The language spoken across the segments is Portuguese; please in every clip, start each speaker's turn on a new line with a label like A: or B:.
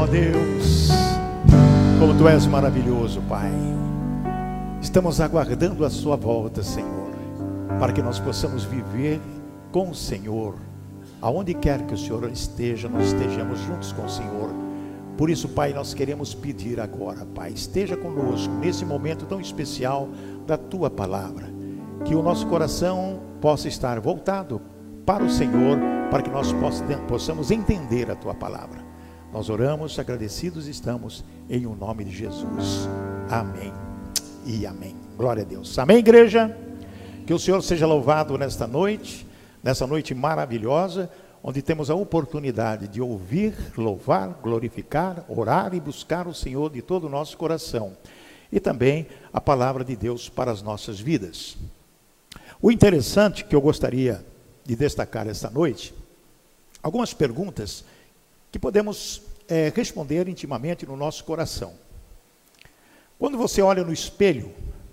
A: ó Deus, como Tu és maravilhoso, Pai. Estamos aguardando a Sua volta, Senhor, para que nós possamos viver com o Senhor. Aonde quer que o Senhor esteja, nós estejamos juntos com o Senhor. Por isso, Pai, nós queremos pedir agora, Pai, esteja conosco nesse momento tão especial da Tua palavra, que o nosso coração possa estar voltado para o Senhor, para que nós possamos entender a Tua palavra. Nós oramos, agradecidos estamos, em o nome de Jesus. Amém e amém. Glória a Deus. Amém, igreja? Que o Senhor seja louvado nessa noite maravilhosa, onde temos a oportunidade de ouvir, louvar, glorificar, orar e buscar o Senhor de todo o nosso coração. E também a palavra de Deus para as nossas vidas. O interessante que eu gostaria de destacar esta noite, algumas perguntas que podemos responder intimamente no nosso coração. Quando você olha no espelho,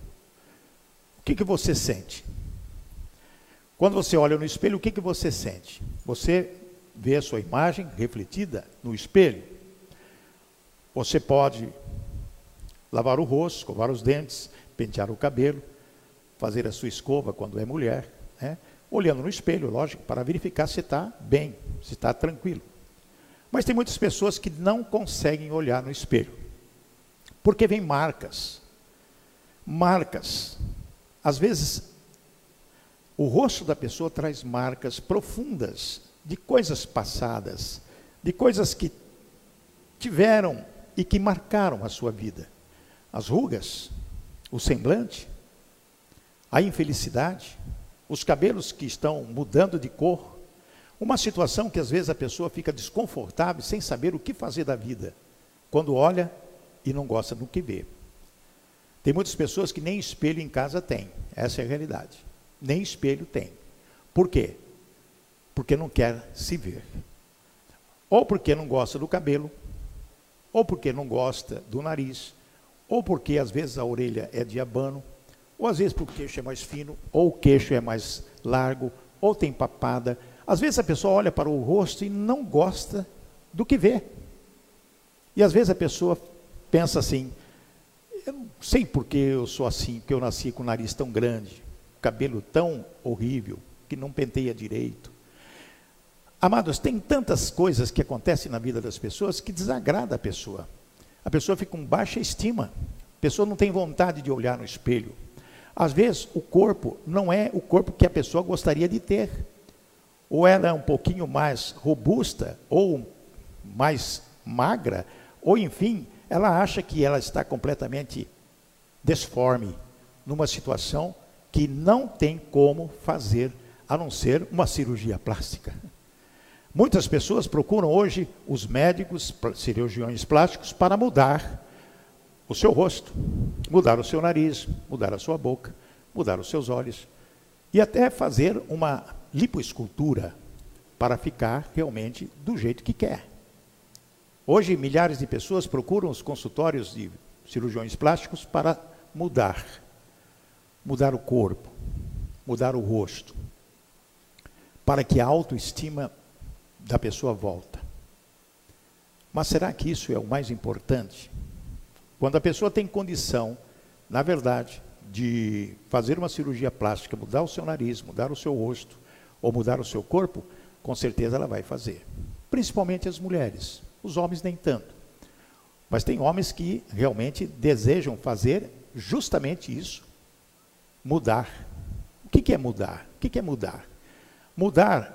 A: o que você sente? Quando você olha no espelho, o que você sente? Você vê a sua imagem refletida no espelho. Você pode lavar o rosto, escovar os dentes, pentear o cabelo, fazer a sua escova quando é mulher, né? Olhando no espelho, lógico, para verificar se está bem, se está tranquilo. Mas tem muitas pessoas que não conseguem olhar no espelho, porque vem marcas. Marcas. Às vezes, o rosto da pessoa traz marcas profundas de coisas passadas, de coisas que tiveram e que marcaram a sua vida. As rugas, o semblante, a infelicidade, os cabelos que estão mudando de cor, uma situação que às vezes a pessoa fica desconfortável, sem saber o que fazer da vida, quando olha e não gosta do que vê. Tem muitas pessoas que nem espelho em casa têm, essa é a realidade. Nem espelho tem. Por quê? Porque não quer se ver. Ou porque não gosta do cabelo, ou porque não gosta do nariz, ou porque às vezes a orelha é de abano, ou às vezes porque o queixo é mais fino, ou o queixo é mais largo, ou tem papada. Às vezes a pessoa olha para o rosto e não gosta do que vê. E às vezes a pessoa pensa assim, eu não sei porque eu sou assim, porque eu nasci com o nariz tão grande, cabelo tão horrível, que não penteia direito. Amados, tem tantas coisas que acontecem na vida das pessoas que desagrada a pessoa. A pessoa fica com baixa estima. A pessoa não tem vontade de olhar no espelho. Às vezes, o corpo não é o corpo que a pessoa gostaria de ter. Ou ela é um pouquinho mais robusta, ou mais magra, ou enfim, ela acha que ela está completamente desforme, numa situação que não tem como fazer, a não ser uma cirurgia plástica. Muitas pessoas procuram hoje os médicos, cirurgiões plásticos, para mudar o seu rosto, mudar o seu nariz, mudar a sua boca, mudar os seus olhos, e até fazer uma lipoescultura para ficar realmente do jeito que quer. Hoje, milhares de pessoas procuram os consultórios de cirurgiões plásticos para mudar o corpo, mudar o rosto, para que a autoestima da pessoa volta. Mas será que isso é o mais importante? Quando a pessoa tem condição, na verdade, de fazer uma cirurgia plástica, mudar o seu nariz, mudar o seu rosto, ou mudar o seu corpo, com certeza ela vai fazer. Principalmente as mulheres, os homens nem tanto. Mas tem homens que realmente desejam fazer justamente isso. Mudar. O que é mudar? O que é mudar? Mudar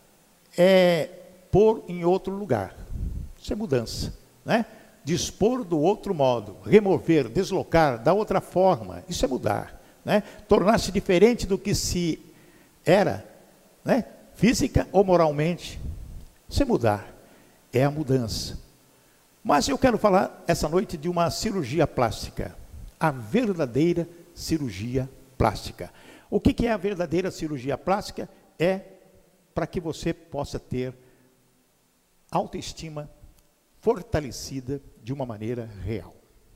A: é pôr em outro lugar. Isso é mudança, né? Dispor do outro modo, remover, deslocar da outra forma. Isso é mudar, né? Tornar-se diferente do que se era, né? Física ou moralmente. Isso é mudar. É a mudança. Mas eu quero falar essa noite de uma cirurgia plástica. A verdadeira cirurgia plástica. O que é a verdadeira cirurgia plástica? É para que você possa ter autoestima fortalecida de uma maneira real.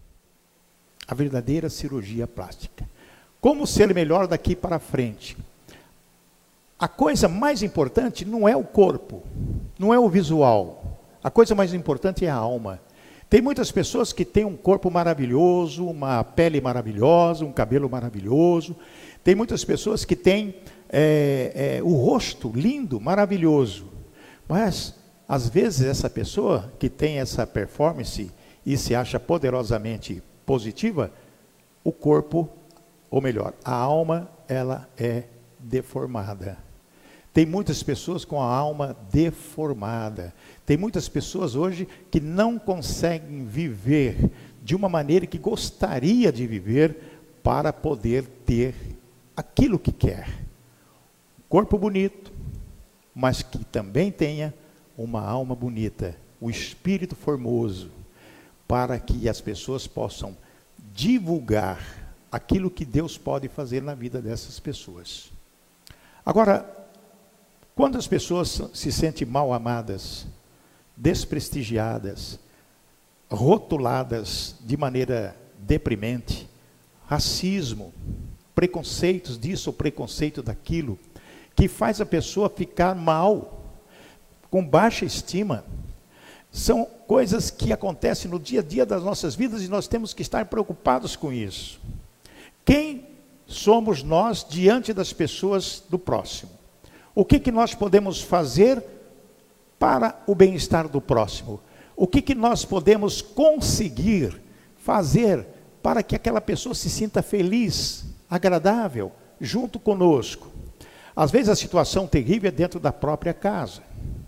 A: A verdadeira cirurgia plástica. Como ser melhor daqui para frente? A coisa mais importante não é o corpo, não é o visual. A coisa mais importante é a alma. Tem muitas pessoas que têm um corpo maravilhoso, uma pele maravilhosa, um cabelo maravilhoso. Tem muitas pessoas que têm o rosto lindo, maravilhoso. Mas, às vezes, essa pessoa que tem essa performance e se acha poderosamente positiva, o corpo, ou melhor, a alma, ela é deformada. Tem muitas pessoas com a alma deformada. Tem muitas pessoas hoje que não conseguem viver de uma maneira que gostaria de viver para poder ter aquilo que quer. Corpo bonito, mas que também tenha uma alma bonita, o espírito formoso, para que as pessoas possam divulgar aquilo que Deus pode fazer na vida dessas pessoas. Agora, quando as pessoas se sentem mal amadas, desprestigiadas, rotuladas de maneira deprimente, racismo, preconceitos disso ou preconceito daquilo, que faz a pessoa ficar mal, com baixa estima, são coisas que acontecem no dia a dia das nossas vidas e nós temos que estar preocupados com isso. Quem somos nós diante das pessoas do próximo? O que nós podemos fazer para o bem-estar do próximo? O que nós podemos conseguir fazer para que aquela pessoa se sinta feliz, agradável, junto conosco? Às vezes a situação terrível é dentro da própria casa.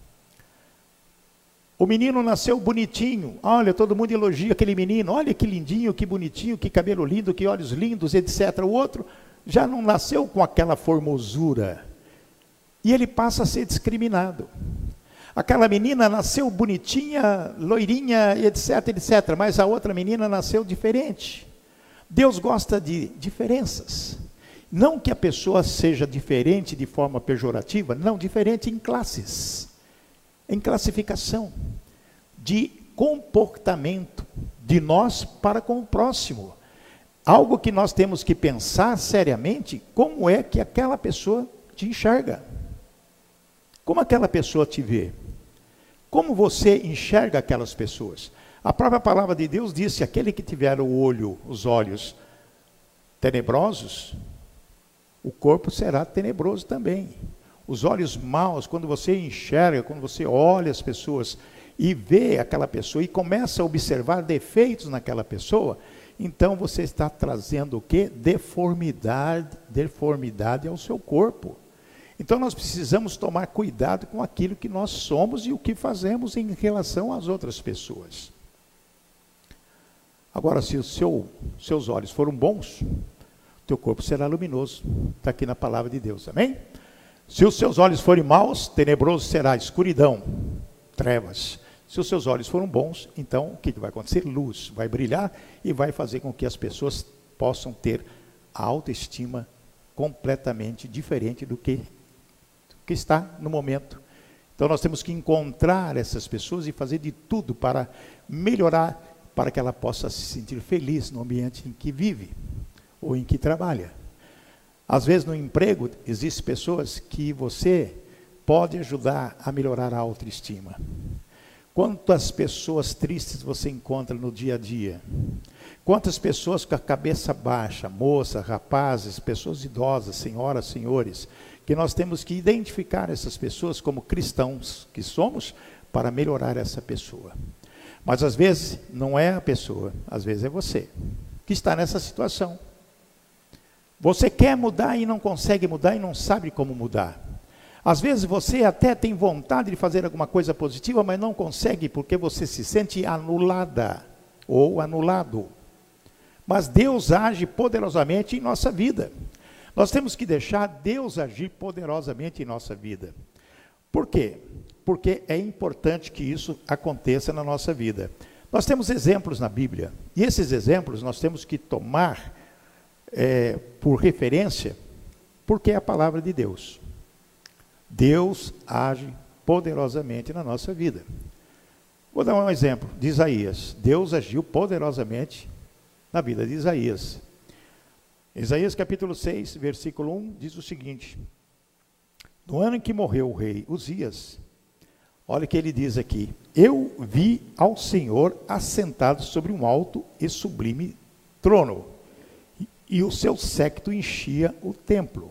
A: O menino nasceu bonitinho, olha, todo mundo elogia aquele menino, olha que lindinho, que bonitinho, que cabelo lindo, que olhos lindos, etc. O outro já não nasceu com aquela formosura. E ele passa a ser discriminado. Aquela menina nasceu bonitinha, loirinha, etc, etc. Mas a outra menina nasceu diferente. Deus gosta de diferenças. Não que a pessoa seja diferente de forma pejorativa, não, diferente em classes, em classificação, de comportamento de nós para com o próximo. Algo que nós temos que pensar seriamente, como é que aquela pessoa te enxerga. Como aquela pessoa te vê? Como você enxerga aquelas pessoas? A própria palavra de Deus disse: aquele que tiver os olhos tenebrosos, o corpo será tenebroso também. Os olhos maus, quando você enxerga, quando você olha as pessoas e vê aquela pessoa e começa a observar defeitos naquela pessoa, então você está trazendo o quê? Deformidade ao seu corpo. Então nós precisamos tomar cuidado com aquilo que nós somos e o que fazemos em relação às outras pessoas. Agora, se os seus olhos foram bons, teu corpo será luminoso. Está aqui na palavra de Deus, amém? Se os seus olhos forem maus, tenebroso será, escuridão, trevas. Se os seus olhos foram bons, então o que vai acontecer? Luz, vai brilhar e vai fazer com que as pessoas possam ter a autoestima completamente diferente do que está no momento. Então nós temos que encontrar essas pessoas e fazer de tudo para melhorar, para que ela possa se sentir feliz no ambiente em que vive ou em que trabalha. Às vezes no emprego existem pessoas que você pode ajudar a melhorar a autoestima. Quantas pessoas tristes você encontra no dia a dia? Quantas pessoas com a cabeça baixa, moças, rapazes, pessoas idosas, senhoras, senhores, que nós temos que identificar essas pessoas como cristãos que somos para melhorar essa pessoa. Mas às vezes não é a pessoa, às vezes é você que está nessa situação. Você quer mudar e não consegue mudar e não sabe como mudar. Às vezes você até tem vontade de fazer alguma coisa positiva, mas não consegue porque você se sente anulada ou anulado. Mas Deus age poderosamente em nossa vida. Nós temos que deixar Deus agir poderosamente em nossa vida. Por quê? Porque é importante que isso aconteça na nossa vida. Nós temos exemplos na Bíblia, e esses exemplos nós temos que tomar por referência, porque é a palavra de Deus. Deus age poderosamente na nossa vida. Vou dar um exemplo de Isaías. Deus agiu poderosamente na vida de Isaías. Isaías capítulo 6, versículo 1, diz o seguinte: no ano em que morreu o rei Uzias, Olha o que ele diz aqui: eu vi ao Senhor assentado sobre um alto e sublime trono, e o seu séquito enchia o templo.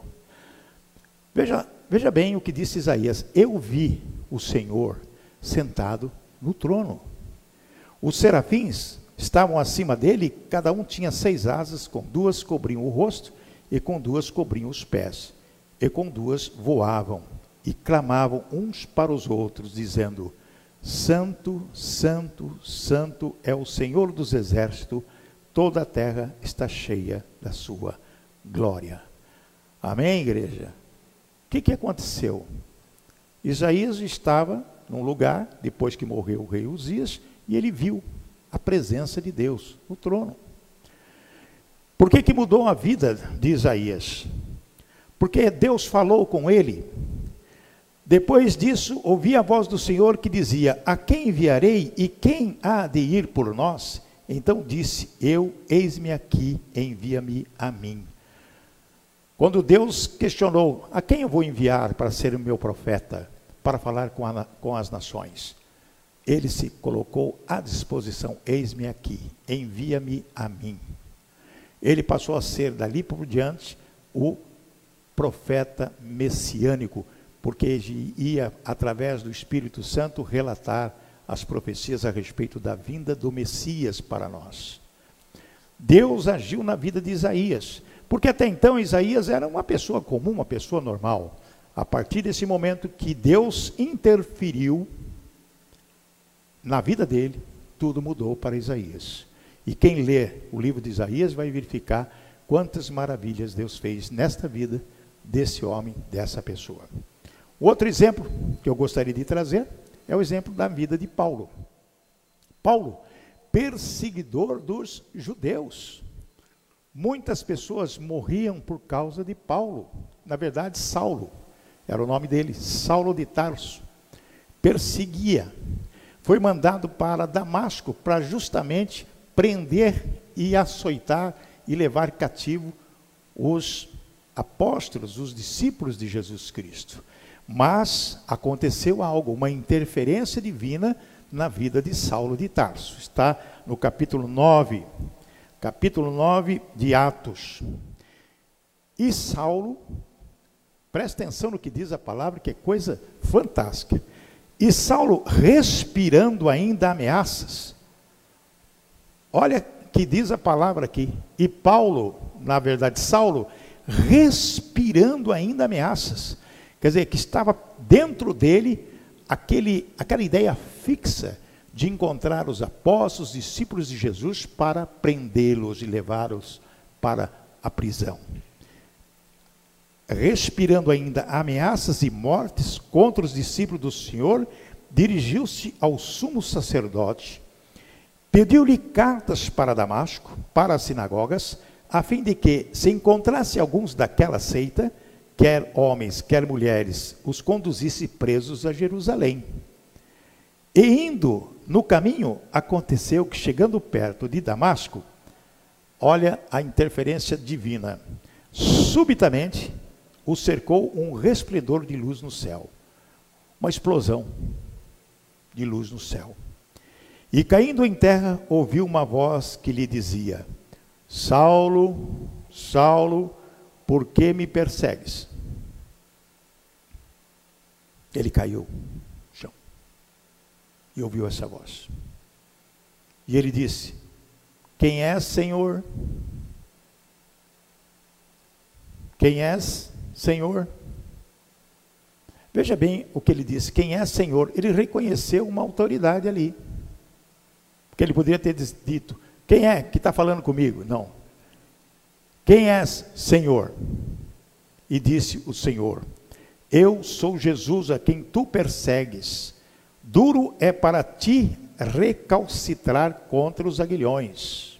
A: Veja bem o que disse Isaías: eu vi o Senhor sentado no trono. Os serafins estavam acima dele, cada um tinha 6 asas, com 2 cobriam o rosto, e com 2 cobriam os pés, e com 2 voavam, e clamavam uns para os outros, dizendo: Santo, Santo, Santo é o Senhor dos exércitos, toda a terra está cheia da sua glória. Amém, igreja? O que aconteceu? Isaías estava num lugar, depois que morreu o rei Uzias, e ele viu a presença de Deus no trono. Por que mudou a vida de Isaías? Porque Deus falou com ele. Depois disso, ouvi a voz do Senhor que dizia: a quem enviarei e quem há de ir por nós? Então disse eu: eis-me aqui, envia-me a mim. Quando Deus questionou: a quem eu vou enviar para ser o meu profeta, para falar com as nações? Ele se colocou à disposição: eis-me aqui, envia-me a mim. Ele passou a ser, dali por diante, o profeta messiânico, porque ia, através do Espírito Santo, relatar as profecias a respeito da vinda do Messias para nós. Deus agiu na vida de Isaías, porque até então Isaías era uma pessoa comum, uma pessoa normal. A partir desse momento que Deus interferiu na vida dele, tudo mudou para Isaías. E quem lê o livro de Isaías vai verificar quantas maravilhas Deus fez nesta vida desse homem, dessa pessoa. Outro exemplo que eu gostaria de trazer é o exemplo da vida de Paulo. Paulo, perseguidor dos judeus. Muitas pessoas morriam por causa de Paulo. Na verdade, Saulo, era o nome dele, Saulo de Tarso. Perseguia. Foi mandado para Damasco para justamente prender e açoitar e levar cativo os apóstolos, os discípulos de Jesus Cristo. Mas aconteceu algo, uma interferência divina na vida de Saulo de Tarso. Está no capítulo 9 de Atos. E Saulo, presta atenção no que diz a palavra, que é coisa fantástica. E Saulo, respirando ainda ameaças, olha que diz a palavra aqui, e Paulo, na verdade Saulo, respirando ainda ameaças, quer dizer, que estava dentro dele aquela ideia fixa de encontrar os apóstolos, discípulos de Jesus, para prendê-los e levá-los para a prisão. Respirando ainda ameaças e mortes contra os discípulos do Senhor, dirigiu-se ao sumo sacerdote, pediu-lhe cartas para Damasco, para as sinagogas, a fim de que, se encontrasse alguns daquela seita, quer homens, quer mulheres, os conduzisse presos a Jerusalém. E indo no caminho, aconteceu que, chegando perto de Damasco, olha a interferência divina, subitamente o cercou um resplendor de luz no céu, uma explosão de luz no céu. E caindo em terra, ouviu uma voz que lhe dizia: Saulo, Saulo, por que me persegues? Ele caiu no chão e ouviu essa voz. E ele disse: quem és, Senhor? Quem és, Senhor? Veja bem o que ele disse: quem é Senhor? Ele reconheceu uma autoridade ali, porque ele poderia ter dito: quem é que está falando comigo? Não. Quem és, Senhor? E disse o Senhor: eu sou Jesus a quem tu persegues. Duro é para ti recalcitrar contra os aguilhões.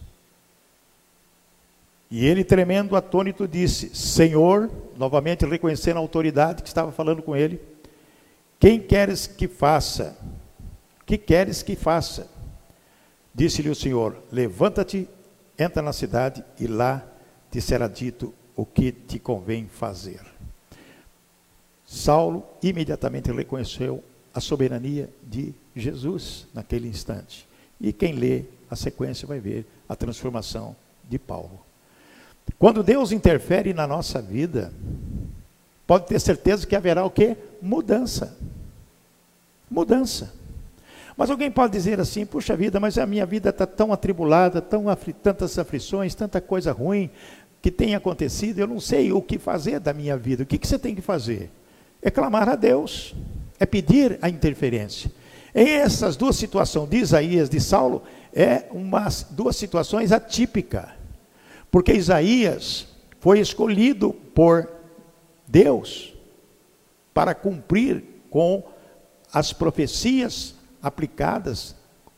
A: E ele, tremendo, atônito, disse: Senhor, novamente reconhecendo a autoridade que estava falando com ele, quem queres que faça? Que queres que faça? Disse-lhe o Senhor: levanta-te, entra na cidade, e lá te será dito o que te convém fazer. Saulo imediatamente reconheceu a soberania de Jesus naquele instante. E quem lê a sequência vai ver a transformação de Paulo. Quando Deus interfere na nossa vida, pode ter certeza que haverá o quê? Mudança. Mudança. Mas alguém pode dizer assim, puxa vida, mas a minha vida está tão atribulada, tantas aflições, tanta coisa ruim que tem acontecido, eu não sei o que fazer da minha vida. O que você tem que fazer? É clamar a Deus, é pedir a interferência. Em essas duas situações de Isaías e de Saulo, duas situações atípicas, porque Isaías foi escolhido por Deus para cumprir com as profecias aplicadas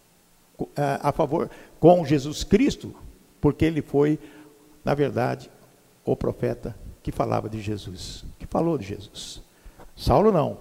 A: a favor com Jesus Cristo, porque ele foi, na verdade, o profeta que falava de Jesus, que falou de Jesus. Saulo não.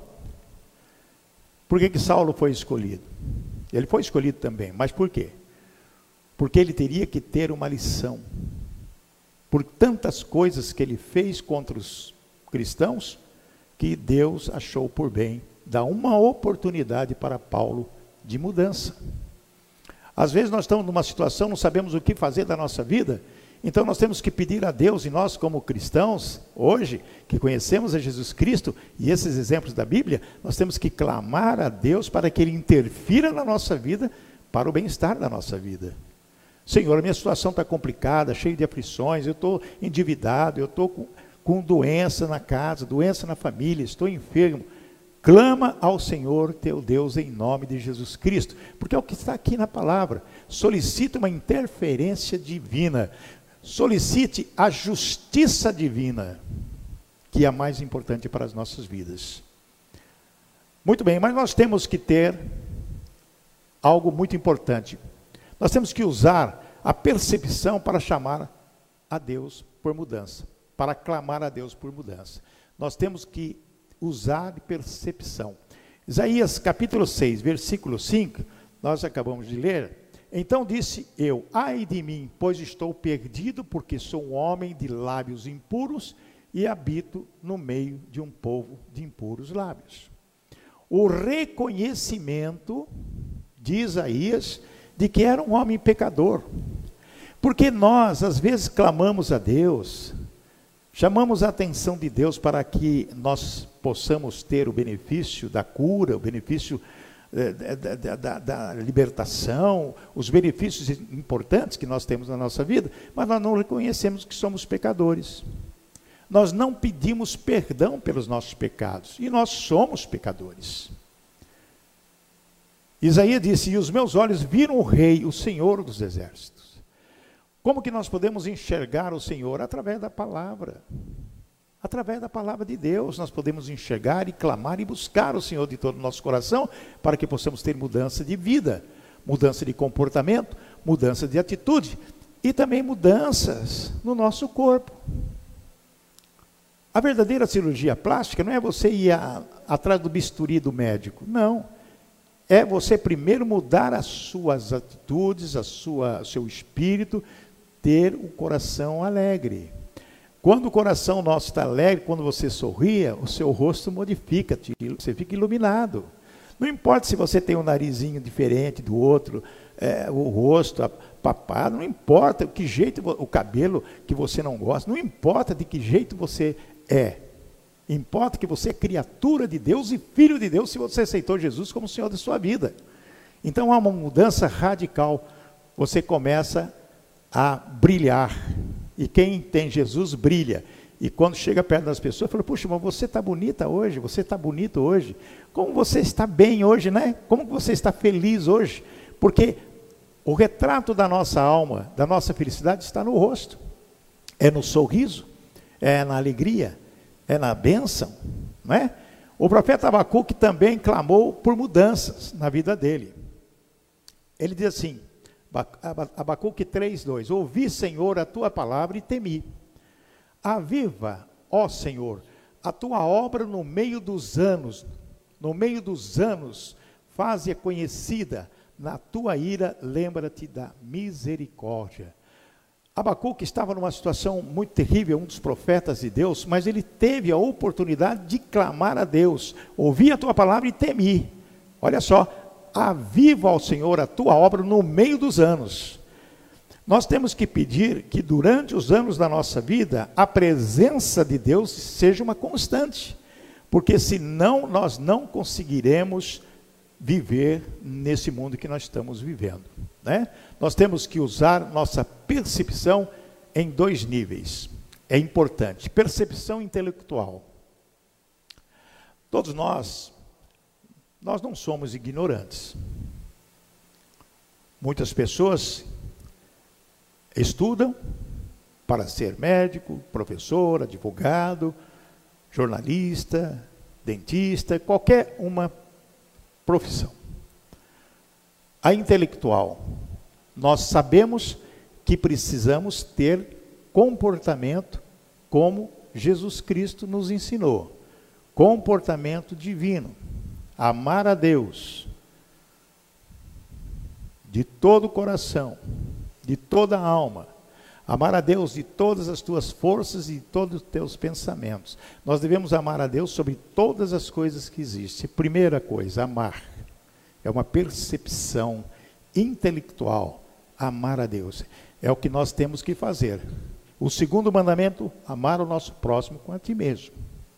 A: Por que Saulo foi escolhido? Ele foi escolhido também, mas por quê? Porque ele teria que ter uma lição. Por tantas coisas que ele fez contra os cristãos, que Deus achou por bem dar uma oportunidade para Paulo de mudança. Às vezes nós estamos numa situação, não sabemos o que fazer da nossa vida, então nós temos que pedir a Deus, e nós como cristãos, hoje, que conhecemos a Jesus Cristo, e esses exemplos da Bíblia, nós temos que clamar a Deus para que Ele interfira na nossa vida, para o bem-estar da nossa vida. Senhor, a minha situação está complicada, cheia de aflições, eu estou endividado, eu estou com doença na casa, doença na família, estou enfermo. Clama ao Senhor teu Deus em nome de Jesus Cristo, porque é o que está aqui na palavra. Solicite uma interferência divina, solicite a justiça divina, que é a mais importante para as nossas vidas. Muito bem, mas nós temos que ter algo muito importante. Nós temos que usar a percepção para chamar a Deus por mudança, para clamar a Deus por mudança. Nós temos que usar percepção. Isaías capítulo 6, versículo 5, nós acabamos de ler. Então disse eu, ai de mim, pois estou perdido, porque sou um homem de lábios impuros e habito no meio de um povo de impuros lábios. O reconhecimento de Isaías de que era um homem pecador, porque nós às vezes clamamos a Deus, chamamos a atenção de Deus para que nós possamos ter o benefício da cura, o benefício da libertação, os benefícios importantes que nós temos na nossa vida, mas nós não reconhecemos que somos pecadores. Nós não pedimos perdão pelos nossos pecados, e nós somos pecadores. Isaías disse, e os meus olhos viram o Rei, o Senhor dos Exércitos. Como que nós podemos enxergar o Senhor? Através da palavra. Através da palavra de Deus, nós podemos enxergar e clamar e buscar o Senhor de todo o nosso coração, para que possamos ter mudança de vida, mudança de comportamento, mudança de atitude, e também mudanças no nosso corpo. A verdadeira cirurgia plástica não é você ir atrás do bisturi do médico, não. É você primeiro mudar as suas atitudes, seu espírito, ter o coração alegre. Quando o coração nosso está alegre, quando você sorria, o seu rosto modifica, você fica iluminado. Não importa se você tem um narizinho diferente do outro, o rosto papado, não importa que jeito, o cabelo que você não gosta, não importa de que jeito você é. Importa que você é criatura de Deus e filho de Deus, se você aceitou Jesus como Senhor da sua vida. Então há uma mudança radical, você começa a brilhar, e quem tem Jesus brilha, e quando chega perto das pessoas, fala, puxa, mas você está bonita hoje, você está bonito hoje, como você está bem hoje, né? Como você está feliz hoje? Porque o retrato da nossa alma, da nossa felicidade está no rosto, é no sorriso, é na alegria, é na bênção, não é? O profeta Abacuque também clamou por mudanças na vida dele. Ele diz assim, Abacuque 3:2, ouvi, Senhor, a tua palavra e temi. Aviva, ó Senhor, a tua obra no meio dos anos, faze-a conhecida, na tua ira lembra-te da misericórdia. Abacuque estava numa situação muito terrível, um dos profetas de Deus, mas ele teve a oportunidade de clamar a Deus, ouvi a tua palavra e temi. Olha só, aviva ao Senhor a tua obra no meio dos anos. Nós temos que pedir que durante os anos da nossa vida, a presença de Deus seja uma constante, porque senão nós não conseguiremos viver nesse mundo que nós estamos vivendo, né? Nós temos que usar nossa percepção em 2 níveis. É importante. Percepção intelectual. Todos nós não somos ignorantes. Muitas pessoas estudam para ser médico, professor, advogado, jornalista, dentista, qualquer uma profissão. A intelectual, nós sabemos que precisamos ter comportamento como Jesus Cristo nos ensinou. Comportamento divino. Amar a Deus de todo o coração, de toda a alma. Amar a Deus de todas as tuas forças e de todos os teus pensamentos. Nós devemos amar a Deus sobre todas as coisas que existem. Primeira coisa, amar. É uma percepção intelectual. Amar a Deus. É o que nós temos que fazer. O segundo mandamento, amar o nosso próximo com a ti mesmo.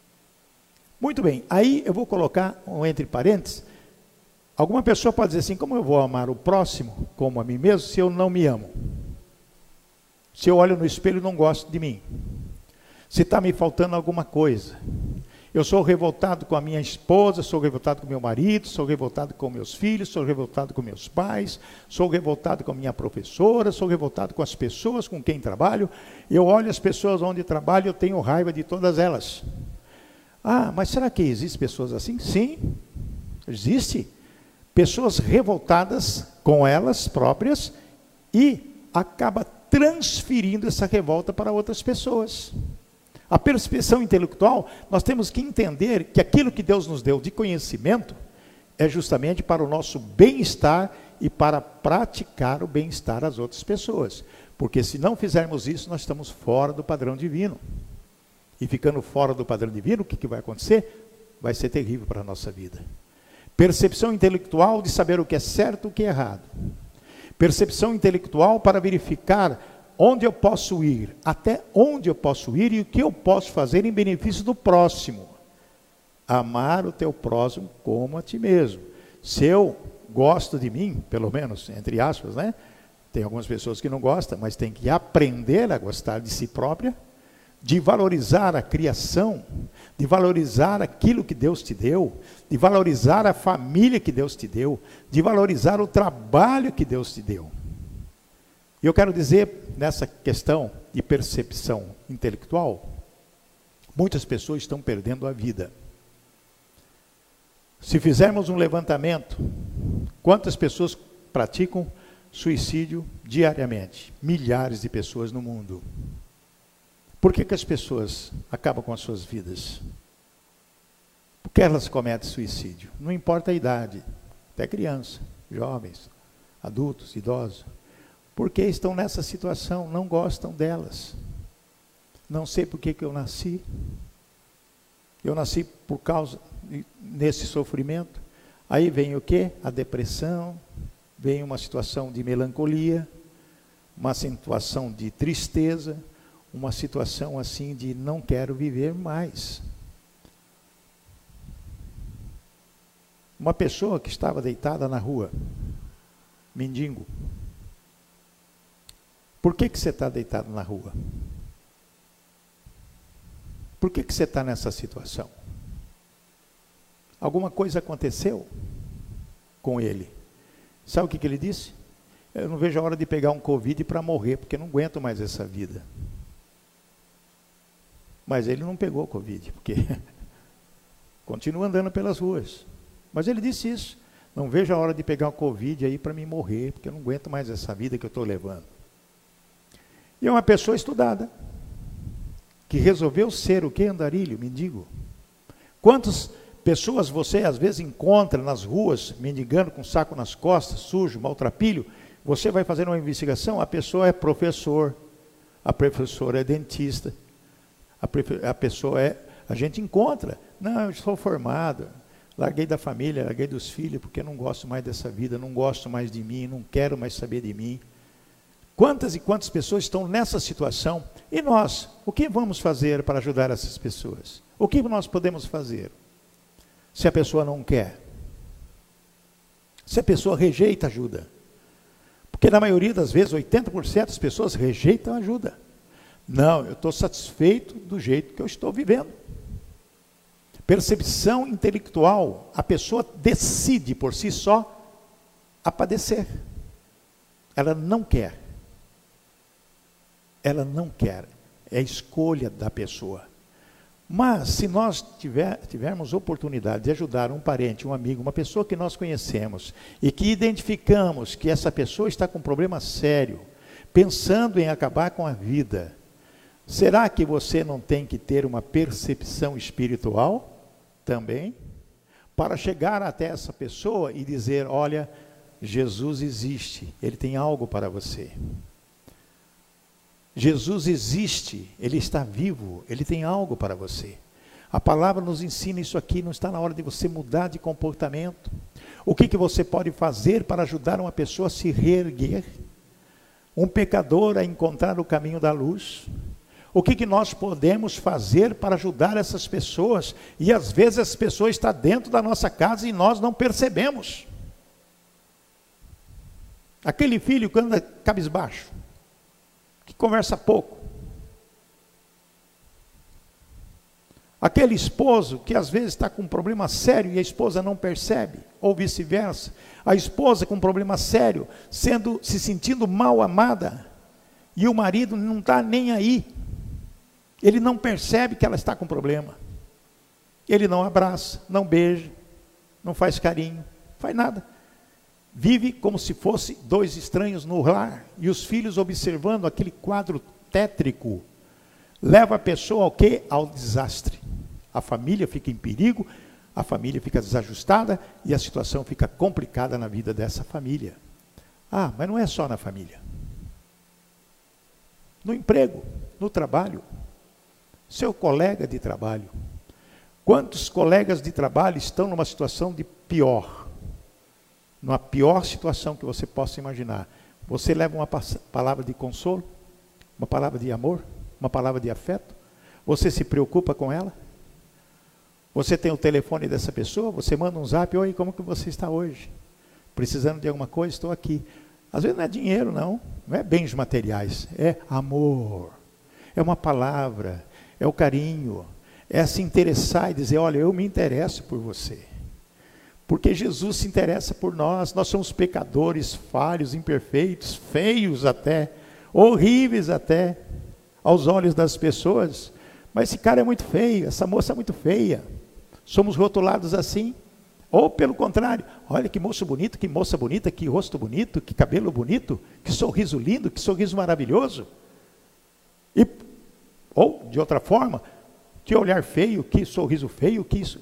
A: Muito bem, aí eu vou colocar um entre parênteses. Alguma pessoa pode dizer assim, como eu vou amar o próximo como a mim mesmo se eu não me amo? Se eu olho no espelho e não gosto de mim? Se está me faltando alguma coisa? Eu sou revoltado com a minha esposa, sou revoltado com meu marido, sou revoltado com meus filhos, sou revoltado com meus pais, sou revoltado com a minha professora, sou revoltado com as pessoas com quem trabalho. Eu olho as pessoas onde trabalho e eu tenho raiva de todas elas. Ah, mas será que existem pessoas assim? Sim, existe. Pessoas revoltadas com elas próprias e acaba transferindo essa revolta para outras pessoas. A percepção intelectual, nós temos que entender que aquilo que Deus nos deu de conhecimento é justamente para o nosso bem-estar e para praticar o bem-estar às outras pessoas. Porque se não fizermos isso, nós estamos fora do padrão divino. E ficando fora do padrão divino, o que vai acontecer? Vai ser terrível para a nossa vida. Percepção intelectual de saber o que é certo e o que é errado. Percepção intelectual para verificar onde eu posso ir, até onde eu posso ir e o que eu posso fazer em benefício do próximo. Amar o teu próximo como a ti mesmo. Se eu gosto de mim, pelo menos, entre aspas, né? Tem algumas pessoas que não gostam, mas tem que aprender a gostar de si própria, de valorizar a criação, de valorizar aquilo que Deus te deu, de valorizar a família que Deus te deu, de valorizar o trabalho que Deus te deu. E eu quero dizer, nessa questão de percepção intelectual, muitas pessoas estão perdendo a vida. Se fizermos um levantamento, quantas pessoas praticam suicídio diariamente? Milhares de pessoas no mundo. Por que as pessoas acabam com as suas vidas? Por que elas cometem suicídio? Não importa a idade, até criança, jovens, adultos, idosos. Porque estão nessa situação, não gostam delas. Não sei por que eu nasci. Eu nasci por causa desse sofrimento. Aí vem o quê? A depressão, vem uma situação de melancolia, uma situação de tristeza, uma situação assim de não quero viver mais. Uma pessoa que estava deitada na rua, mendigo. Por que você está deitado na rua? Por que você está nessa situação? Alguma coisa aconteceu com ele. Sabe o que ele disse? Eu não vejo a hora de pegar um Covid para morrer, porque não aguento mais essa vida. Mas ele não pegou Covid, porque continua andando pelas ruas. Mas ele disse isso. Não vejo a hora de pegar o Covid aí para me morrer, porque eu não aguento mais essa vida que eu estou levando. E é uma pessoa estudada, que resolveu ser o quê? Andarilho, mendigo. Quantas pessoas você às vezes encontra nas ruas, mendigando com saco nas costas, sujo, maltrapilho? Você vai fazer uma investigação, a pessoa é professor, a professora é dentista, a pessoa é... A gente encontra, não, eu sou formado, Larguei da família, larguei dos filhos, porque não gosto mais dessa vida, não gosto mais de mim, não quero mais saber de mim. Quantas e quantas pessoas estão nessa situação? E nós, o que vamos fazer para ajudar essas pessoas? O que nós podemos fazer? Se a pessoa não quer, se a pessoa rejeita ajuda, porque na maioria das vezes, 80% das pessoas rejeitam ajuda. Não, eu estou satisfeito do jeito que eu estou vivendo. Percepção intelectual, a pessoa decide por si só a padecer. Ela não quer. Ela não quer. É a escolha da pessoa. Mas se nós tivermos oportunidade de ajudar um parente, um amigo, uma pessoa que nós conhecemos e que identificamos que essa pessoa está com um problema sério, pensando em acabar com a vida, será que você não tem que ter uma percepção espiritual também, para chegar até essa pessoa e dizer, olha, Jesus existe, Ele tem algo para você. Jesus existe, Ele está vivo, Ele tem algo para você. A palavra nos ensina isso aqui, não está na hora de você mudar de comportamento. O que você pode fazer para ajudar uma pessoa a se reerguer? Um pecador a encontrar o caminho da luz? O que nós podemos fazer para ajudar essas pessoas? E às vezes as pessoas estão dentro da nossa casa e nós não percebemos. Aquele filho que anda cabisbaixo, que conversa pouco. Aquele esposo que às vezes está com um problema sério e a esposa não percebe, ou vice-versa. A esposa com um problema sério, se sentindo mal amada, e o marido não está nem aí. Ele não percebe que ela está com problema. Ele não abraça, não beija, não faz carinho, não faz nada. Vive como se fosse dois estranhos no lar. E os filhos observando aquele quadro tétrico. Leva a pessoa ao quê? Ao desastre. A família fica em perigo, a família fica desajustada e a situação fica complicada na vida dessa família. Ah, mas não é só na família. No emprego, no trabalho. Seu colega de trabalho. Quantos colegas de trabalho estão numa situação de pior? Numa pior situação que você possa imaginar. Você leva uma palavra de consolo? Uma palavra de amor? Uma palavra de afeto? Você se preocupa com ela? Você tem o telefone dessa pessoa? Você manda um zap, oi, como que você está hoje? Precisando de alguma coisa? Estou aqui. Às vezes não é dinheiro, não é bens materiais, é amor, é uma palavra, é o carinho, é se interessar e dizer, olha, eu me interesso por você. Porque Jesus se interessa por nós. Nós somos pecadores, falhos, imperfeitos, feios até, horríveis até, aos olhos das pessoas. Mas esse cara é muito feio, essa moça é muito feia. Somos rotulados assim. Ou pelo contrário, olha que moço bonito, que moça bonita, que rosto bonito, que cabelo bonito, que sorriso lindo, que sorriso maravilhoso. Ou, de outra forma, que olhar feio, que sorriso feio, que isso...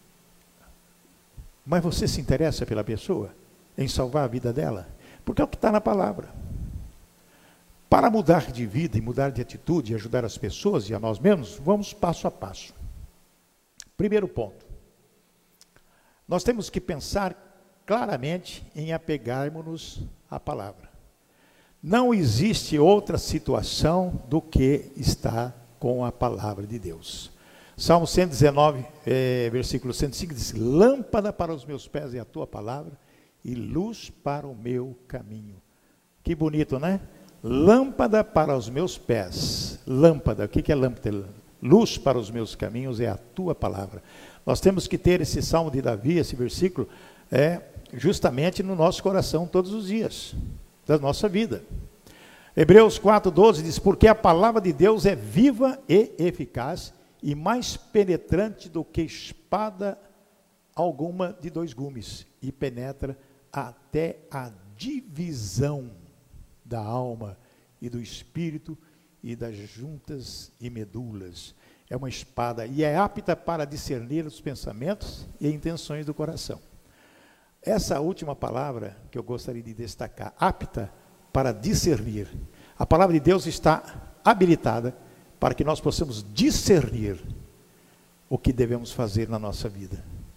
A: Mas você se interessa pela pessoa? Em salvar a vida dela? Porque é o que está na palavra. Para mudar de vida e mudar de atitude e ajudar as pessoas e a nós mesmos, vamos passo a passo. Primeiro ponto. Nós temos que pensar claramente em apegarmos-nos à palavra. Não existe outra situação do que estar com a palavra de Deus. Salmo 119, versículo 105, diz, lâmpada para os meus pés é a tua palavra e luz para o meu caminho. Que bonito, né? Lâmpada para os meus pés. Lâmpada, o que é lâmpada? Luz para os meus caminhos é a tua palavra. Nós temos que ter esse salmo de Davi, esse versículo, justamente no nosso coração todos os dias da nossa vida. Hebreus 4,12 diz, porque a palavra de Deus é viva e eficaz e mais penetrante do que espada alguma de dois gumes, e penetra até a divisão da alma e do espírito e das juntas e medulas. É uma espada e é apta para discernir os pensamentos e intenções do coração. Essa última palavra que eu gostaria de destacar, apta para discernir. A palavra de Deus está habilitada para que nós possamos discernir o que devemos fazer na nossa vida.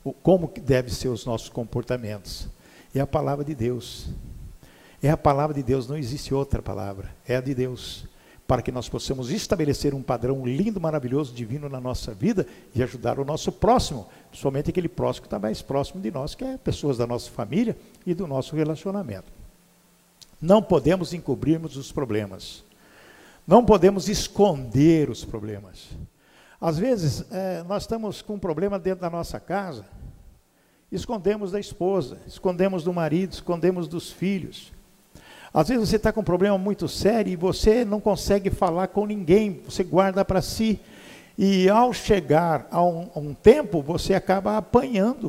A: como que devem ser os nossos comportamentos. É a palavra de Deus. É a palavra de Deus, não existe outra palavra. É a de Deus. Para que nós possamos estabelecer um padrão lindo, maravilhoso, divino na nossa vida e ajudar o nosso próximo, principalmente aquele próximo que está mais próximo de nós, que é pessoas da nossa família e do nosso relacionamento. Não podemos encobrirmos os problemas. Não podemos esconder os problemas. Às vezes, nós estamos com um problema dentro da nossa casa, escondemos da esposa, escondemos do marido, escondemos dos filhos. Às vezes você está com um problema muito sério e você não consegue falar com ninguém, você guarda para si. E ao chegar a um tempo, você acaba apanhando.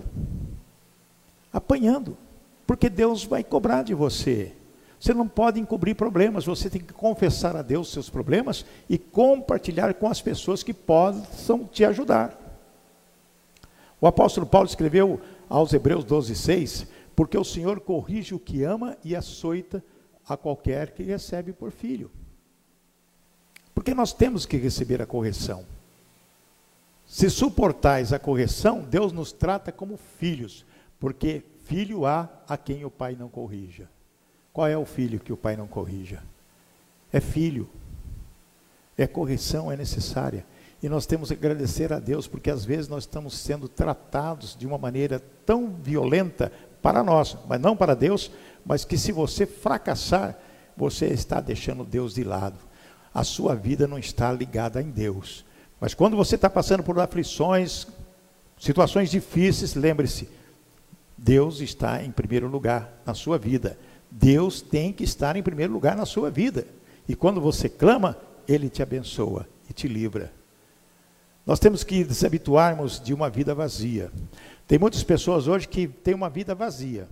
A: Apanhando. Porque Deus vai cobrar de você. Você não pode encobrir problemas, você tem que confessar a Deus seus problemas e compartilhar com as pessoas que possam te ajudar. O apóstolo Paulo escreveu aos Hebreus 12:6, porque o Senhor corrige o que ama e açoita a qualquer que recebe por filho. Porque nós temos que receber a correção. Se suportais a correção, Deus nos trata como filhos, porque filho há a quem o pai não corrija. Qual é o filho que o pai não corrija? É filho. É correção, é necessária. E nós temos que agradecer a Deus, porque às vezes nós estamos sendo tratados de uma maneira tão violenta para nós, mas não para Deus, mas que se você fracassar, você está deixando Deus de lado. A sua vida não está ligada em Deus. Mas quando você está passando por aflições, situações difíceis, lembre-se, Deus está em primeiro lugar na sua vida. Deus tem que estar em primeiro lugar na sua vida. E quando você clama, Ele te abençoa e te livra. Nós temos que desabituarmos de uma vida vazia. Tem muitas pessoas hoje que têm uma vida vazia.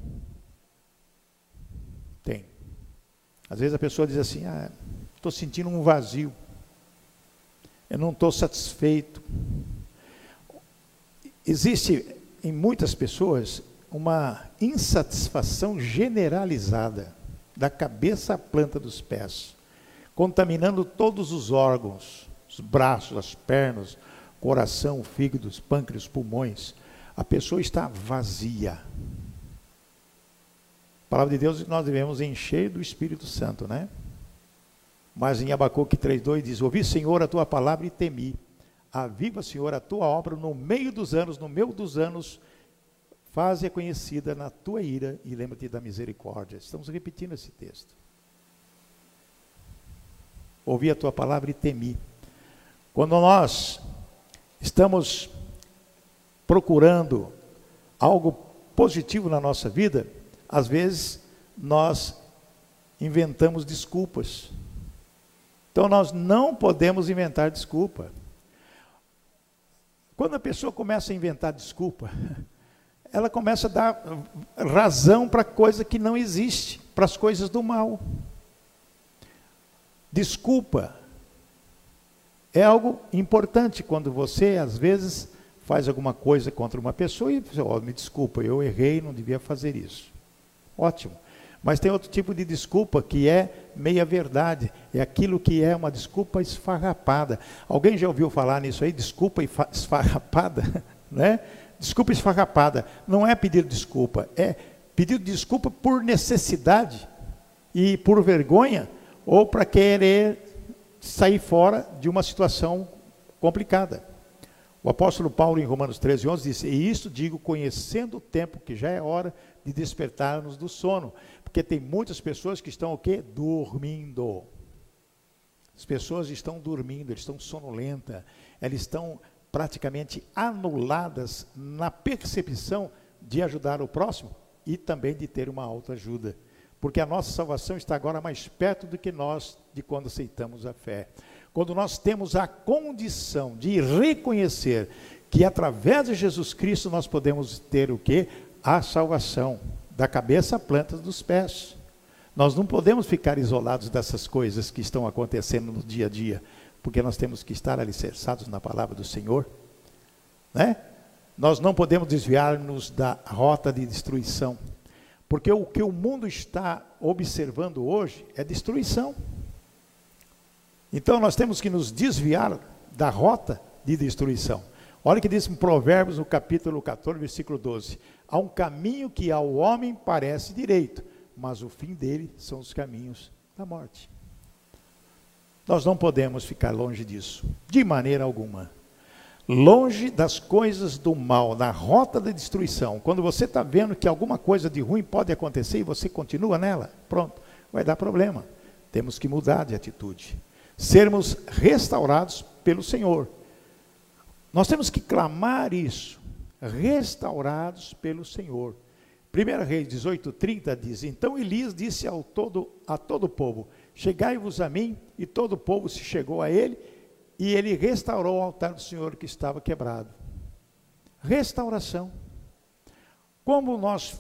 A: Tem. Às vezes a pessoa diz assim, estou sentindo um vazio. Eu não estou satisfeito. Existe em muitas pessoas uma insatisfação generalizada, da cabeça à planta dos pés, contaminando todos os órgãos, os braços, as pernas, coração, o fígado, os pâncreas, os pulmões. A pessoa está vazia. A palavra de Deus diz que nós devemos encher do Espírito Santo, né? Mas em Abacuque 3:2 diz, ouvi, Senhor, a tua palavra e temi. Aviva, Senhor, a tua obra no meio dos anos, no meio dos anos, faze-a conhecida na tua ira e lembra-te da misericórdia. Estamos repetindo esse texto. Ouvi a tua palavra e temi. Quando nós estamos procurando algo positivo na nossa vida, às vezes nós inventamos desculpas. Então nós não podemos inventar desculpa. Quando a pessoa começa a inventar desculpa, ela começa a dar razão para coisa que não existe, para as coisas do mal. Desculpa é algo importante quando você, às vezes, faz alguma coisa contra uma pessoa e diz, me desculpa, eu errei, não devia fazer isso. Ótimo. Mas tem outro tipo de desculpa que é meia-verdade, é aquilo que é uma desculpa esfarrapada. Alguém já ouviu falar nisso aí? Desculpa esfarrapada, né? Desculpa esfarrapada. Não é pedir desculpa, é pedir desculpa por necessidade e por vergonha ou para querer sair fora de uma situação complicada. O apóstolo Paulo, em Romanos 13:11, disse, e isto digo, conhecendo o tempo, que já é hora de despertarmos do sono. Porque tem muitas pessoas que estão o quê? Dormindo. As pessoas estão dormindo, eles estão sonolentas, elas estão praticamente anuladas na percepção de ajudar o próximo e também de ter uma autoajuda. Porque a nossa salvação está agora mais perto do que nós, de quando aceitamos a fé. Quando nós temos a condição de reconhecer que através de Jesus Cristo nós podemos ter o quê? A salvação, da cabeça à planta dos pés. Nós não podemos ficar isolados dessas coisas que estão acontecendo no dia a dia, porque nós temos que estar alicerçados na palavra do Senhor, né? Nós não podemos desviar-nos da rota de destruição, porque o que o mundo está observando hoje é destruição. Então nós temos que nos desviar da rota de destruição. Olha o que diz em Provérbios, no capítulo 14, versículo 12. Há um caminho que ao homem parece direito, mas o fim dele são os caminhos da morte. Nós não podemos ficar longe disso, de maneira alguma. Longe das coisas do mal, na rota da destruição. Quando você está vendo que alguma coisa de ruim pode acontecer e você continua nela, pronto, vai dar problema. Temos que mudar de atitude. Sermos restaurados pelo Senhor. Nós temos que clamar isso, restaurados pelo Senhor. 1 Reis 18:30 diz: então Elias disse a todo o povo: chegai-vos a mim, e todo o povo se chegou a ele, e ele restaurou o altar do Senhor que estava quebrado. Restauração. Como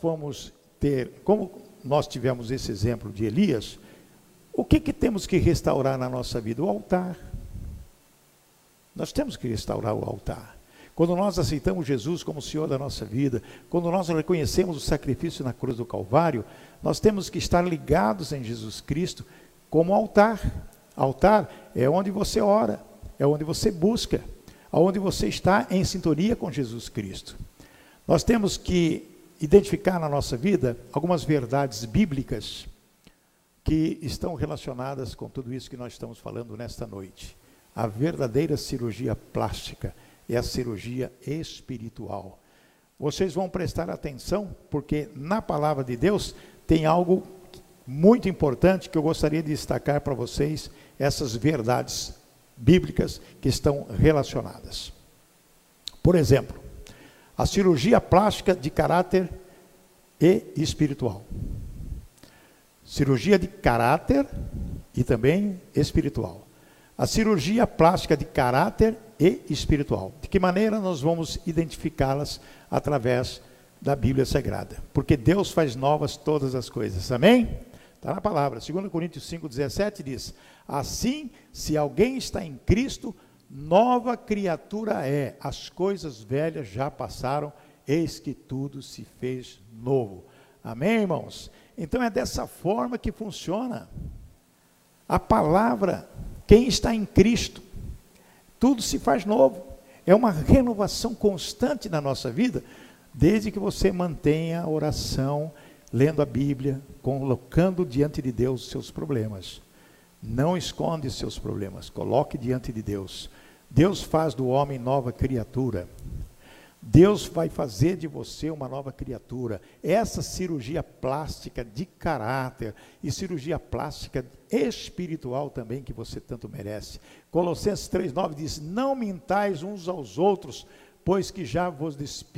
A: nós tivemos esse exemplo de Elias, o que temos que restaurar na nossa vida? O altar. Nós temos que restaurar o altar. Quando nós aceitamos Jesus como Senhor da nossa vida, quando nós reconhecemos o sacrifício na cruz do Calvário, nós temos que estar ligados em Jesus Cristo como altar. Altar é onde você ora, é onde você busca, onde você está em sintonia com Jesus Cristo. Nós temos que identificar na nossa vida algumas verdades bíblicas que estão relacionadas com tudo isso que nós estamos falando nesta noite. A verdadeira cirurgia plástica é a cirurgia espiritual. Vocês vão prestar atenção, porque na palavra de Deus tem algo muito importante que eu gostaria de destacar para vocês, essas verdades bíblicas que estão relacionadas. Por exemplo, a cirurgia plástica de caráter e espiritual. Cirurgia de caráter e também espiritual. A cirurgia plástica de caráter e espiritual. De que maneira nós vamos identificá-las? Através da Bíblia Sagrada. Porque Deus faz novas todas as coisas. Amém? Está na palavra. 2 Coríntios 5,17 diz: assim, se alguém está em Cristo, nova criatura é. As coisas velhas já passaram, eis que tudo se fez novo. Amém, irmãos? Então é dessa forma que funciona a palavra. Quem está em Cristo, tudo se faz novo. É uma renovação constante na nossa vida, desde que você mantenha a oração, lendo a Bíblia, colocando diante de Deus os seus problemas. Não esconde os seus problemas, coloque diante de Deus. Deus faz do homem nova criatura. Deus vai fazer de você uma nova criatura. Essa cirurgia plástica de caráter e cirurgia plástica espiritual também que você tanto merece. Colossenses 3,9 diz: não mintais uns aos outros, pois que já vos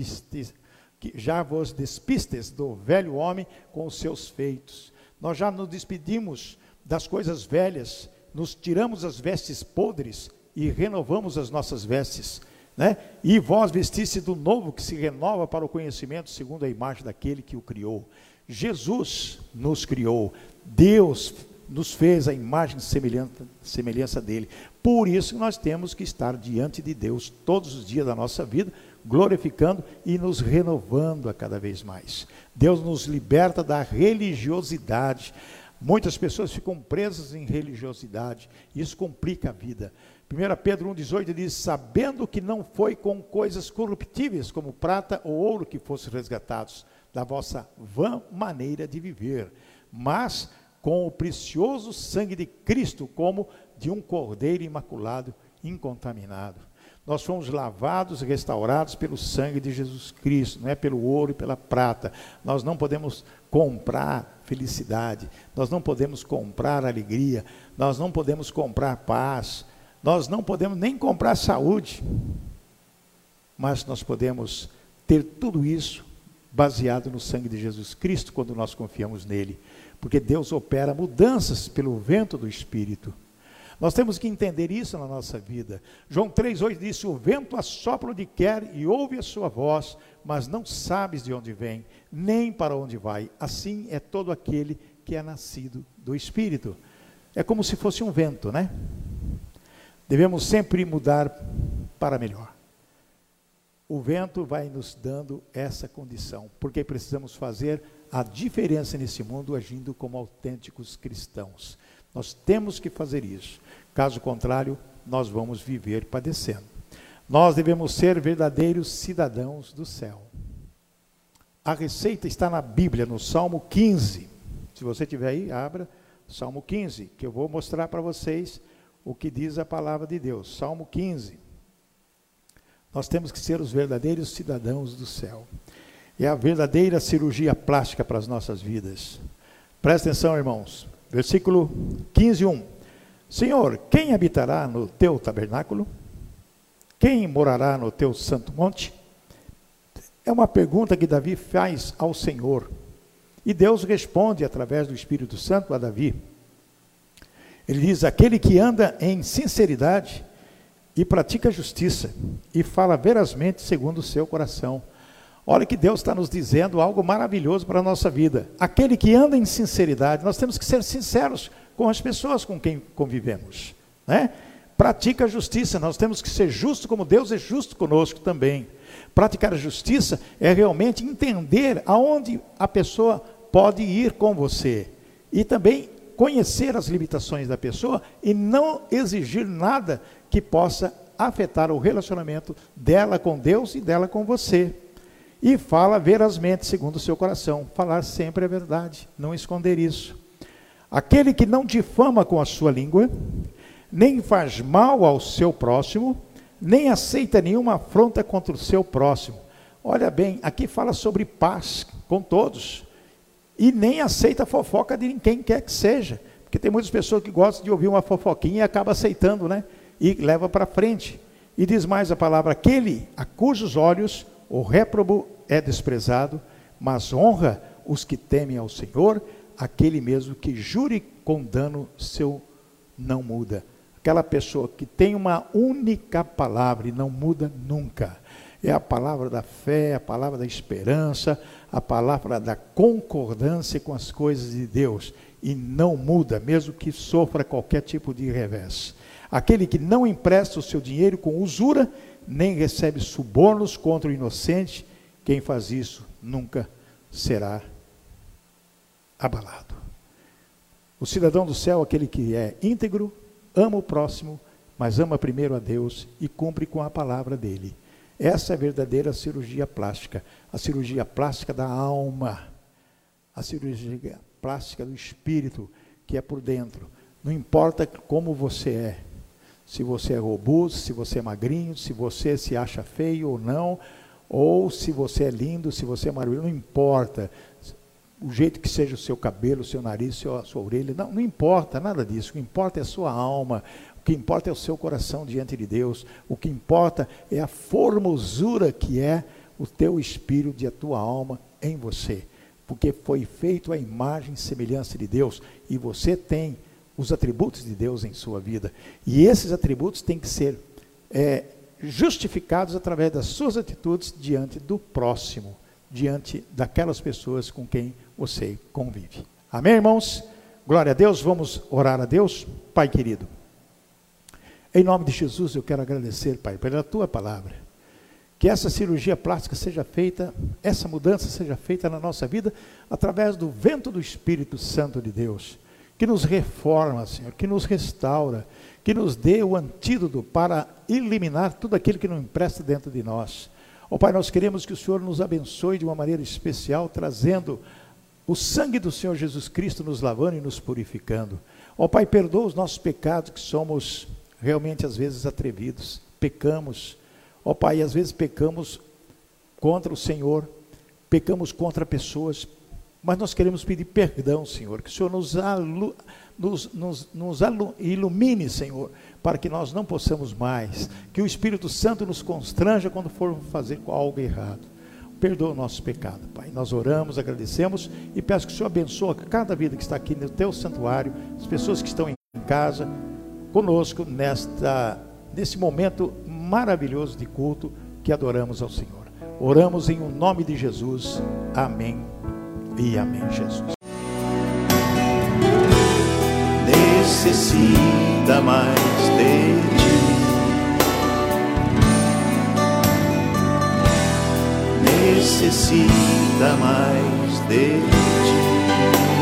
A: despistes do velho homem com os seus feitos. Nós já nos despedimos das coisas velhas, nos tiramos as vestes podres e renovamos as nossas vestes. Né? E vós vestisse do novo que se renova para o conhecimento segundo a imagem daquele que o criou. Jesus nos criou, Deus nos fez a imagem e semelhança dele. Por isso nós temos que estar diante de Deus todos os dias da nossa vida, glorificando e nos renovando a cada vez mais. Deus nos liberta da religiosidade. Muitas pessoas ficam presas em religiosidade, isso complica a vida. 1 Pedro 1,18 diz: sabendo que não foi com coisas corruptíveis, como prata ou ouro, que fossem resgatados da vossa vã maneira de viver, mas com o precioso sangue de Cristo, como de um cordeiro imaculado, incontaminado. Nós fomos lavados, restaurados pelo sangue de Jesus Cristo, não é pelo ouro e pela prata. Nós não podemos comprar felicidade, nós não podemos comprar alegria, nós não podemos comprar paz, nós não podemos nem comprar saúde, mas nós podemos ter tudo isso baseado no sangue de Jesus Cristo, quando nós confiamos nele, porque Deus opera mudanças pelo vento do Espírito. Nós temos que entender isso na nossa vida. João 3,8 diz: o vento assopra onde quer e ouve a sua voz, mas não sabes de onde vem, nem para onde vai. Assim é todo aquele que é nascido do Espírito. É como se fosse um vento, né? Devemos sempre mudar para melhor. O vento vai nos dando essa condição, porque precisamos fazer a diferença nesse mundo agindo como autênticos cristãos. Nós temos que fazer isso. Caso contrário, nós vamos viver padecendo. Nós devemos ser verdadeiros cidadãos do céu. A receita está na Bíblia, no Salmo 15. Se você tiver aí, abra Salmo 15, que eu vou mostrar para vocês o que diz a palavra de Deus. Salmo 15. Nós temos que ser os verdadeiros cidadãos do céu. É a verdadeira cirurgia plástica para as nossas vidas. Presta atenção, irmãos. Versículo 15, 1. Senhor, quem habitará no teu tabernáculo? Quem morará no teu santo monte? É uma pergunta que Davi faz ao Senhor. E Deus responde através do Espírito Santo a Davi. Ele diz: aquele que anda em sinceridade e pratica justiça e fala verazmente segundo o seu coração. Olha que Deus está nos dizendo algo maravilhoso para a nossa vida. Aquele que anda em sinceridade, nós temos que ser sinceros com as pessoas com quem convivemos, né? Pratica a justiça, nós temos que ser justos como Deus é justo conosco também. Praticar a justiça é realmente entender aonde a pessoa pode ir com você. E também conhecer as limitações da pessoa e não exigir nada que possa afetar o relacionamento dela com Deus e dela com você. E fala verazmente segundo o seu coração. Falar sempre a verdade, não esconder isso. Aquele que não difama com a sua língua, nem faz mal ao seu próximo, nem aceita nenhuma afronta contra o seu próximo. Olha bem, aqui fala sobre paz com todos. E nem aceita fofoca de quem quer que seja. Porque tem muitas pessoas que gostam de ouvir uma fofoquinha e acaba aceitando, né? E leva para frente. E diz mais a palavra: aquele a cujos olhos o réprobo é desprezado, mas honra os que temem ao Senhor, aquele mesmo que jure com dano seu não muda. Aquela pessoa que tem uma única palavra e não muda nunca. É a palavra da fé, a palavra da esperança, a palavra da concordância com as coisas de Deus. E não muda, mesmo que sofra qualquer tipo de revés. Aquele que não empresta o seu dinheiro com usura, nem recebe subornos contra o inocente, quem faz isso nunca será abalado. O cidadão do céu, aquele que é íntegro, ama o próximo, mas ama primeiro a Deus e cumpre com a palavra dele. Essa é a verdadeira cirurgia plástica, a cirurgia plástica da alma, a cirurgia plástica do espírito, que é por dentro. Não importa como você é, se você é robusto, se você é magrinho, se você se acha feio ou não, ou se você é lindo, se você é maravilhoso, não importa o jeito que seja o seu cabelo, o seu nariz, a sua orelha, não importa nada disso. O que importa é a sua alma, o que importa é o seu coração diante de Deus, o que importa é a formosura que é o teu espírito e a tua alma em você, porque foi feito a imagem e semelhança de Deus, e você tem os atributos de Deus em sua vida, e esses atributos têm que ser justificados através das suas atitudes diante do próximo, diante daquelas pessoas com quem você convive. Amém, irmãos? Glória a Deus. Vamos orar a Deus. Pai querido, em nome de Jesus eu quero agradecer, Pai, pela tua palavra, que essa cirurgia plástica seja feita, essa mudança seja feita na nossa vida, através do vento do Espírito Santo de Deus, que nos reforma, Senhor, que nos restaura, que nos dê o antídoto para eliminar tudo aquilo que não empresta dentro de nós. Ó Pai, nós queremos que o Senhor nos abençoe de uma maneira especial, trazendo o sangue do Senhor Jesus Cristo nos lavando e nos purificando. Ó Pai, perdoa os nossos pecados, que somos realmente às vezes atrevidos, pecamos. Ó Pai, às vezes pecamos contra o Senhor, pecamos contra pessoas, mas nós queremos pedir perdão, Senhor, que o Senhor nos ilumine, Senhor, para que nós não possamos mais, que o Espírito Santo nos constranja quando formos fazer algo errado. Perdoa o nosso pecado, Pai. Nós oramos, agradecemos e peço que o Senhor abençoe cada vida que está aqui no teu santuário, as pessoas que estão em casa conosco nesse momento maravilhoso de culto que adoramos ao Senhor. Oramos em nome de Jesus. Amém e amém, Jesus.
B: Necessita mais de ti, necessita mais de ti.